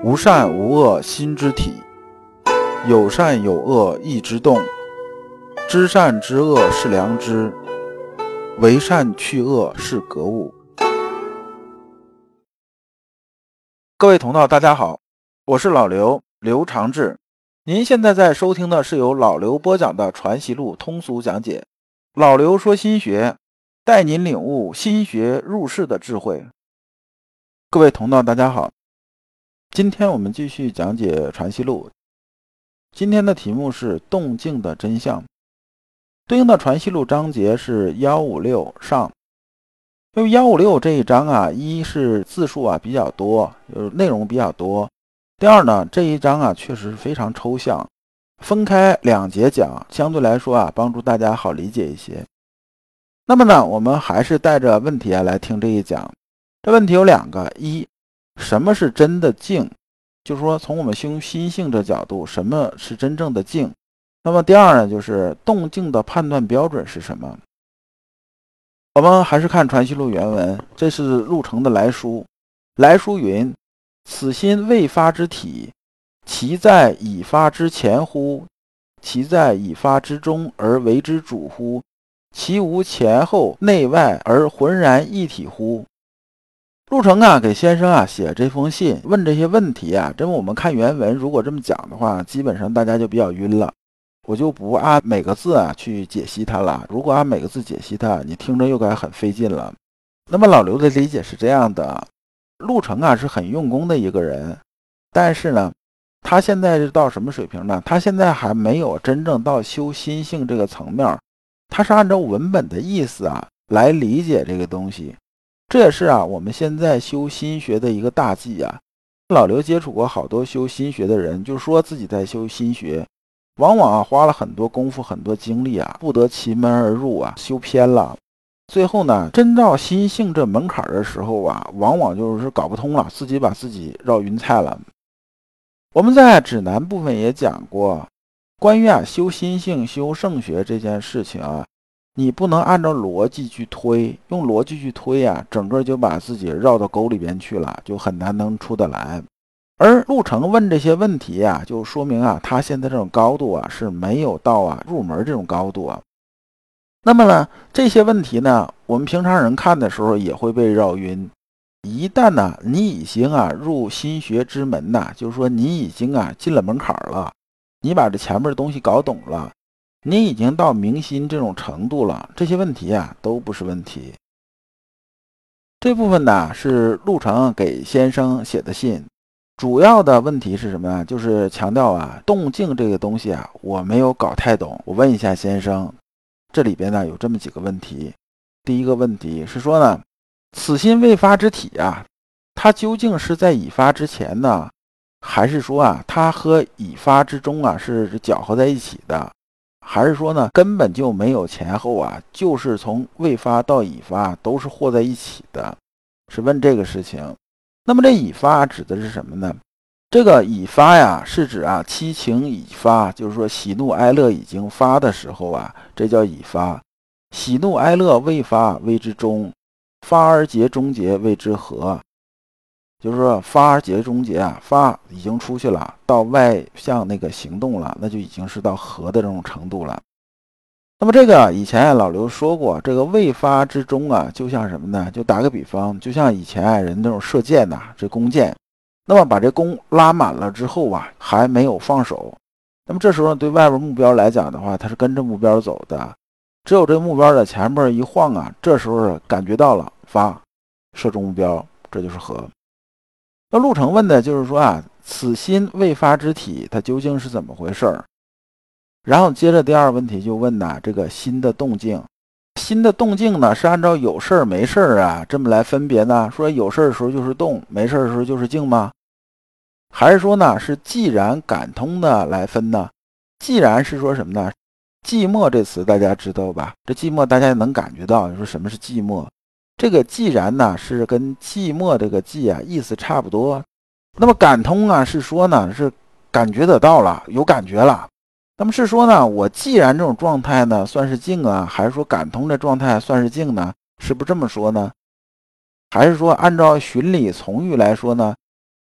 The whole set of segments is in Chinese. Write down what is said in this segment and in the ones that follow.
无善无恶心之体，有善有恶意之动，知善知恶是良知，为善去恶是格物。各位同道大家好，我是老刘，刘长志。您现在在收听的是由老刘播讲的传习录通俗讲解。老刘说心学，带您领悟心学入世的智慧。各位同道大家好，今天我们继续讲解传习录。今天的题目是动静的真相，对应的传习录章节是156上。因为156这一章啊，一是字数比较多，内容比较多。第二呢，这一章确实非常抽象，分开两节讲，相对来说帮助大家好理解一些。那么呢，我们还是带着问题来听这一讲。这问题有两个：一，什么是真的静？就是说从我们修心性的角度，什么是真正的静？那么第二呢，就是动静的判断标准是什么？我们还是看传习录原文，这是陆程的来书。来书云：此心未发之体，其在已发之前乎？其在已发之中而为之主乎？其无前后内外而浑然一体乎？陆程给先生写这封信，问这些问题这么我们看原文，如果这么讲的话，基本上大家就比较晕了。我就不按每个字去解析它了，如果按每个字解析它，你听着又该很费劲了。那么老刘的理解是这样的，陆程是很用功的一个人，但是呢，他现在是到什么水平呢？他现在还没有真正到修心性这个层面，他是按照文本的意思来理解这个东西。这也是我们现在修心学的一个大忌老刘接触过好多修心学的人，就说自己在修心学，往往花了很多功夫很多精力不得其门而入修偏了，最后呢真到心性这门槛的时候往往就是搞不通了，自己把自己绕晕菜了。我们在指南部分也讲过，关于修心性修圣学这件事情你不能按照逻辑去推，用逻辑去推整个就把自己绕到沟里边去了，就很难能出得来。而陆程问这些问题就说明他现在这种高度是没有到入门这种高度那么呢，这些问题呢，我们平常人看的时候也会被绕晕。一旦呢你已经入心学之门就是说你已经进了门槛了，你把这前面的东西搞懂了，你已经到明心这种程度了，这些问题都不是问题。这部分呢是陆程给先生写的信，主要的问题是什么呢？就是强调动静这个东西我没有搞太懂，我问一下先生，这里边呢有这么几个问题。第一个问题是说呢，此心未发之体它究竟是在已发之前呢，还是说它和已发之中是搅和在一起的，还是说呢根本就没有前后就是从未发到已发都是和在一起的，是问这个事情。那么这已发指的是什么呢？这个已发是指七情已发，就是说喜怒哀乐已经发的时候这叫已发。喜怒哀乐未发谓之中，发而结终结谓之和。就是说发而结终结发已经出去了，到外向那个行动了，那就已经是到和的这种程度了。那么这个以前老刘说过，这个未发之中就像什么呢？就打个比方，就像以前人那种射箭这弓箭，那么把这弓拉满了之后还没有放手，那么这时候对外边目标来讲的话，它是跟着目标走的，只有这目标的前面一晃这时候感觉到了发，射中目标，这就是和。那陆程问的就是说此心未发之体它究竟是怎么回事？然后接着第二个问题就问这个心的动静。心的动静呢是按照有事没事这么来分别呢？说有事的时候就是动，没事的时候就是静吗？还是说呢是既然感通的来分呢？既然是说什么呢？寂寞这词大家知道吧？这寂寞大家能感觉到，你说什么是寂寞？这个既然呢是跟寂寞这个寂意思差不多。那么感通是说呢是感觉得到了，有感觉了。那么是说呢，我既然这种状态呢算是静还是说感通的状态算是静呢？是不是这么说呢？还是说按照循理从欲来说呢，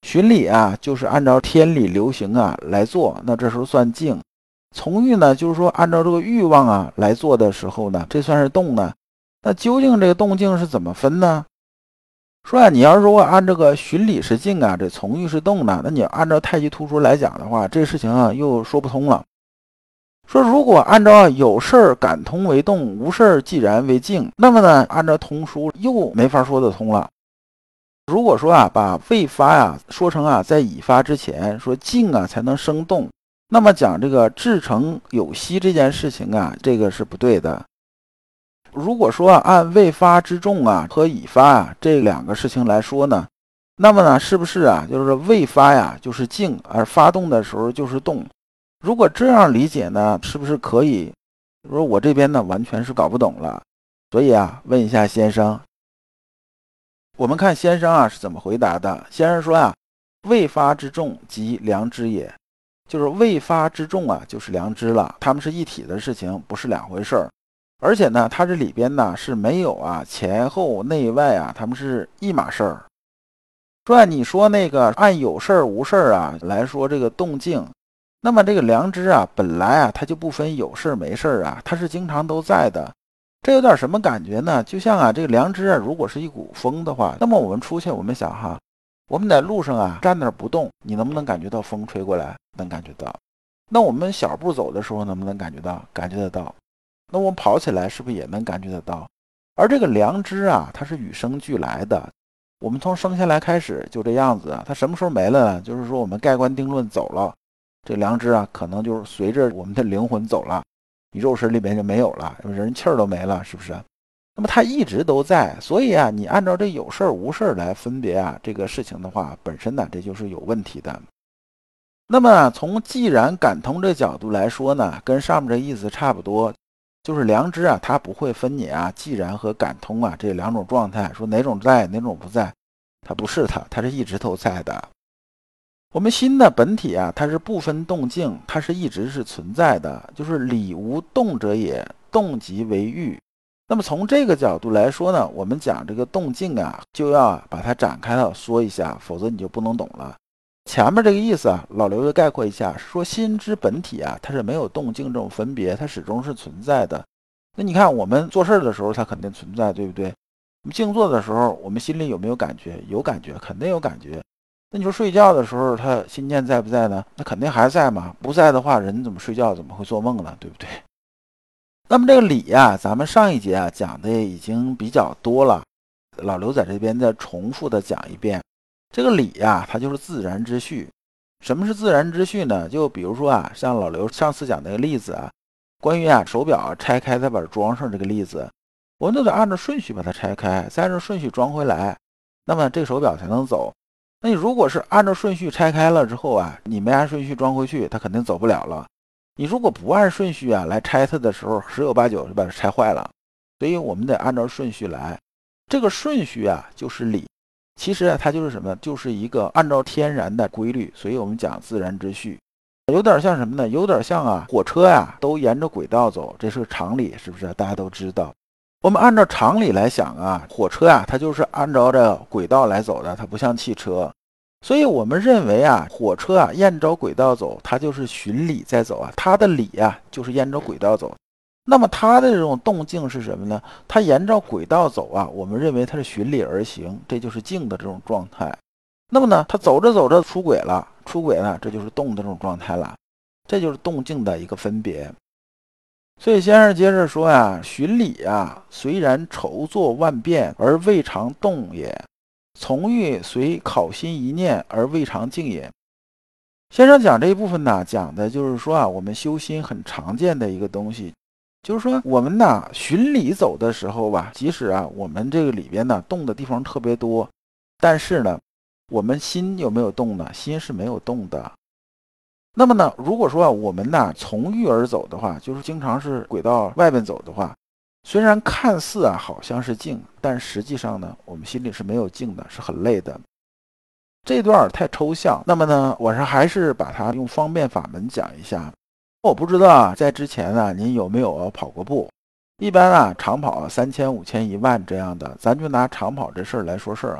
循理啊，就是按照天理流行啊来做，那这时候算静。从欲呢，就是说按照这个欲望啊来做的时候呢，这算是动呢。那究竟这个动静是怎么分呢？说啊，你要是说按这个循理是静啊，这从欲是动呢，那你按照太极图说来讲的话，这事情啊又说不通了。说如果按照有事儿感通为动，无事儿既然为静，那么呢，按照通书又没法说得通了。如果说啊，把未发呀说成啊，在已发之前，说静啊才能生动，那么讲这个至诚有息这件事情啊，这个是不对的。如果说啊，按未发之重啊和已发啊这两个事情来说呢，那么呢，是不是啊，就是未发呀就是静，而发动的时候就是动？如果这样理解呢，是不是可以？说我这边呢完全是搞不懂了，所以啊，问一下先生。我们看先生啊是怎么回答的。先生说啊，未发之众即良知也，就是未发之众啊就是良知了，他们是一体的事情，不是两回事儿。而且呢，它这里边呢是没有啊前后内外啊，他们是一码事儿。说啊，你说那个按有事儿无事儿啊来说这个动静，那么这个良知啊本来啊它就不分有事儿没事儿啊，它是经常都在的。这有点什么感觉呢？就像啊，这个良知啊，如果是一股风的话，那么我们出去，我们想哈，我们在路上啊站那儿不动，你能不能感觉到风吹过来？能感觉到。那我们小步走的时候，能不能感觉到？感觉得到。那我们跑起来是不是也能感觉得到？而这个良知啊，它是与生俱来的。我们从生下来开始就这样子啊，它什么时候没了呢？就是说我们盖棺定论走了，这良知啊，可能就是随着我们的灵魂走了。你肉身里面就没有了，人气儿都没了，是不是？那么它一直都在，所以啊，你按照这有事儿无事儿来分别啊这个事情的话，本身呢这就是有问题的。那么从既然感通这角度来说呢，跟上面这意思差不多，就是良知啊，它不会分你啊既然和感通啊这两种状态，说哪种在哪种不在，它不是它是一直都在的。我们心的本体啊，它是不分动静，它是一直是存在的，就是理无动者也，动即为欲。那么从这个角度来说呢，我们讲这个动静啊，就要把它展开了说一下，否则你就不能懂了。前面这个意思啊，老刘就概括一下，说心之本体啊，它是没有动静这种分别，它始终是存在的。那你看我们做事的时候，它肯定存在，对不对？我们静坐的时候，我们心里有没有感觉？有感觉，肯定有感觉。那你说睡觉的时候，他心念在不在呢？那肯定还在嘛。不在的话，人怎么睡觉，怎么会做梦呢？对不对？那么这个理呀，咱们上一节啊讲的已经比较多了，老刘在这边再重复的讲一遍。这个理呀，它就是自然之序。什么是自然之序呢？就比如说啊，像老刘上次讲那个例子啊，关于啊手表拆开再把它装上这个例子，我们都得按照顺序把它拆开，再按照顺序装回来，那么这个手表才能走。那你如果是按照顺序拆开了之后啊，你没按顺序装回去，它肯定走不了了。你如果不按顺序啊来拆它的时候，十有八九就把它拆坏了。所以我们得按照顺序来。这个顺序啊就是理，其实啊它就是什么？就是一个按照天然的规律。所以我们讲自然之序，有点像什么呢？有点像啊火车呀都沿着轨道走，这是个常理，是不是？大家都知道。我们按照常理来想啊，火车啊，它就是按照这轨道来走的，它不像汽车。所以我们认为啊，火车啊沿着轨道走，它就是循理在走啊，它的理啊就是沿着轨道走。那么它的这种动静是什么呢？它沿着轨道走啊，我们认为它是循理而行，这就是静的这种状态。那么呢，它走着走着出轨了，出轨呢，这就是动的这种状态了，这就是动静的一个分别。所以先生接着说呀，循理啊，虽然筹作万变而未尝动也，从欲随考心一念而未尝静也。先生讲这一部分呢，讲的就是说啊，我们修心很常见的一个东西，就是说我们呢循理走的时候吧，即使啊我们这个里边呢动的地方特别多，但是呢，我们心有没有动呢？心是没有动的。那么呢，如果说啊，我们呢从欲而走的话，就是经常是轨道外边走的话，虽然看似啊好像是静，但实际上呢，我们心里是没有静的，是很累的。这段太抽象，那么呢，我还是把它用方便法门讲一下。我不知道啊，在之前呢，您有没有跑过步？一般啊，长跑3000、5000、10000这样的，咱就拿长跑这事儿来说事儿。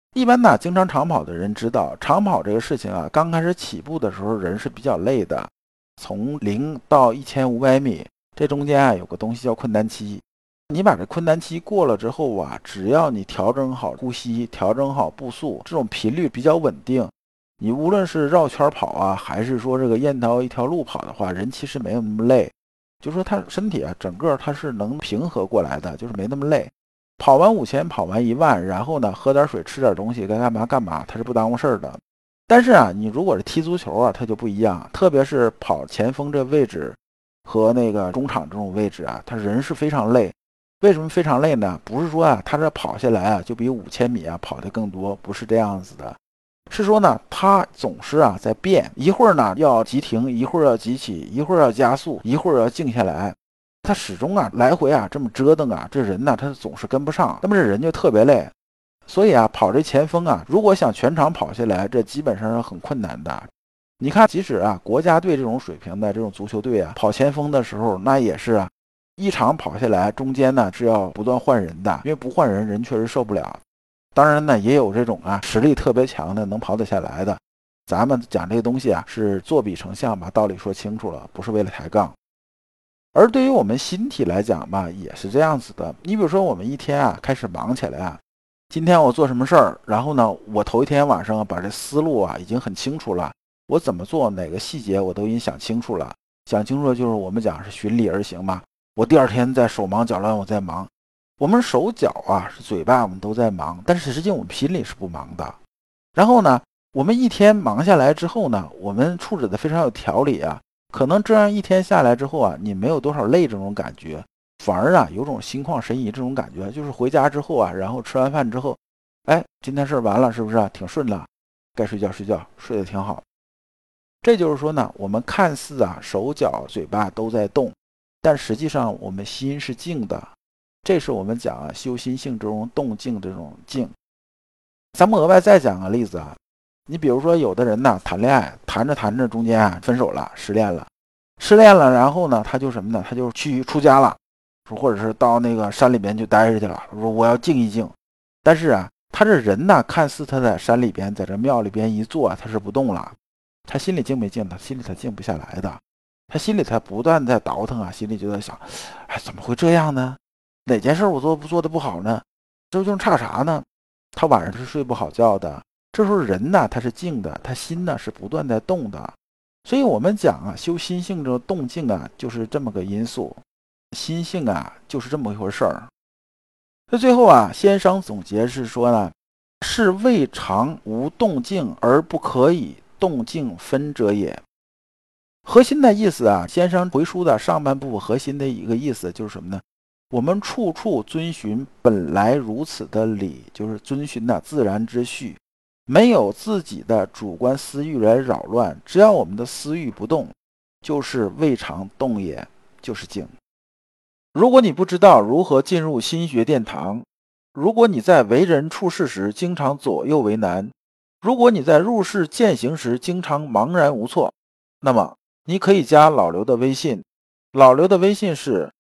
一般呢，经常长跑的人知道，长跑这个事情啊，刚开始起步的时候人是比较累的，从0到1500米，这中间啊有个东西叫困难期。你把这困难期过了之后啊，只要你调整好呼吸，调整好步速，这种频率比较稳定，你无论是绕圈跑啊，还是说这个沿条一条路跑的话，人其实没有那么累。就说他身体啊，整个他是能平和过来的，就是没那么累。跑完5000，跑完10000，然后呢，喝点水，吃点东西，该干嘛干嘛，他是不耽误事儿的。但是啊，你如果是踢足球啊，它就不一样，特别是跑前锋这位置和那个中场这种位置啊，他人是非常累。为什么非常累呢？不是说啊，他这跑下来啊，就比5000米啊跑得更多，不是这样子的。是说呢，他总是啊在变，一会儿呢要急停，一会儿要急起，一会儿要加速，一会儿要静下来。他始终啊来回啊这么折腾啊，这人呢他总是跟不上，那么这人就特别累。所以啊，跑这前锋啊，如果想全场跑下来，这基本上是很困难的。你看，即使啊国家队这种水平的这种足球队啊，跑前锋的时候，那也是啊，一场跑下来，中间呢是要不断换人的，因为不换人，人确实受不了。当然呢，也有这种啊实力特别强的能跑得下来的。咱们讲这个东西啊，是作比成像，把道理说清楚了，不是为了抬杠。而对于我们心体来讲吧，也是这样子的。你比如说，我们一天啊开始忙起来啊，今天我做什么事儿，然后呢，我头一天晚上把这思路啊已经很清楚了，我怎么做，哪个细节我都已经想清楚了。想清楚了就是我们讲是循理而行嘛。我第二天在手忙脚乱，我在忙。我们手脚啊是嘴巴我们都在忙，但是实际我们心里是不忙的。然后呢，我们一天忙下来之后呢，我们处置的非常有条理啊。可能这样一天下来之后啊，你没有多少累这种感觉，反而啊有种心旷神怡这种感觉。就是回家之后啊，然后吃完饭之后，哎，今天事儿完了，是不是啊？挺顺了，该睡觉睡觉，睡得挺好。这就是说呢，我们看似啊手脚嘴巴都在动，但实际上我们心是静的。这是我们讲啊修心性这种动静这种静。咱们额外再讲个例子啊，你比如说有的人呢谈恋爱，谈着谈着中间啊分手了，失恋了，然后呢他就什么呢？他就去出家了，或者是到那个山里边就待着去了，说我要静一静。但是啊，他这人呢，看似他在山里边，在这庙里边一坐，他是不动了，他心里静没静？他心里他静不下来的，他心里他不断在倒腾啊，心里就在想，哎，怎么会这样呢？哪件事我做的不好呢？究竟差啥呢？他晚上是睡不好觉的。这时候人呢，他是静的，他心呢是不断在动的。所以我们讲啊，修心性这个动静啊，就是这么个因素。心性啊，就是这么一回事儿。那最后啊，先生总结是说呢，是未尝无动静而不可以动静分者也。核心的意思啊，先生回书的上半部核心的一个意思就是什么呢？我们处处遵循本来如此的理，就是遵循的自然之序，没有自己的主观私欲来扰乱。只要我们的私欲不动，就是未尝动也，就是静。如果你不知道如何进入心学殿堂，如果你在为人处事时经常左右为难，如果你在入世践行时经常茫然无措，那么你可以加老刘的微信。老刘的微信是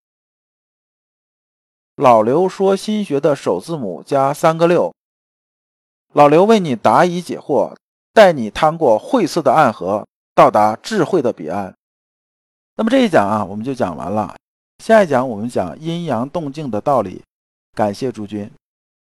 老刘说心学的首字母加3个6。老刘为你答疑解惑，带你趟过晦涩的暗河，到达智慧的彼岸。那么这一讲啊，我们就讲完了。下一讲我们讲阴阳动静的道理。感谢诸君。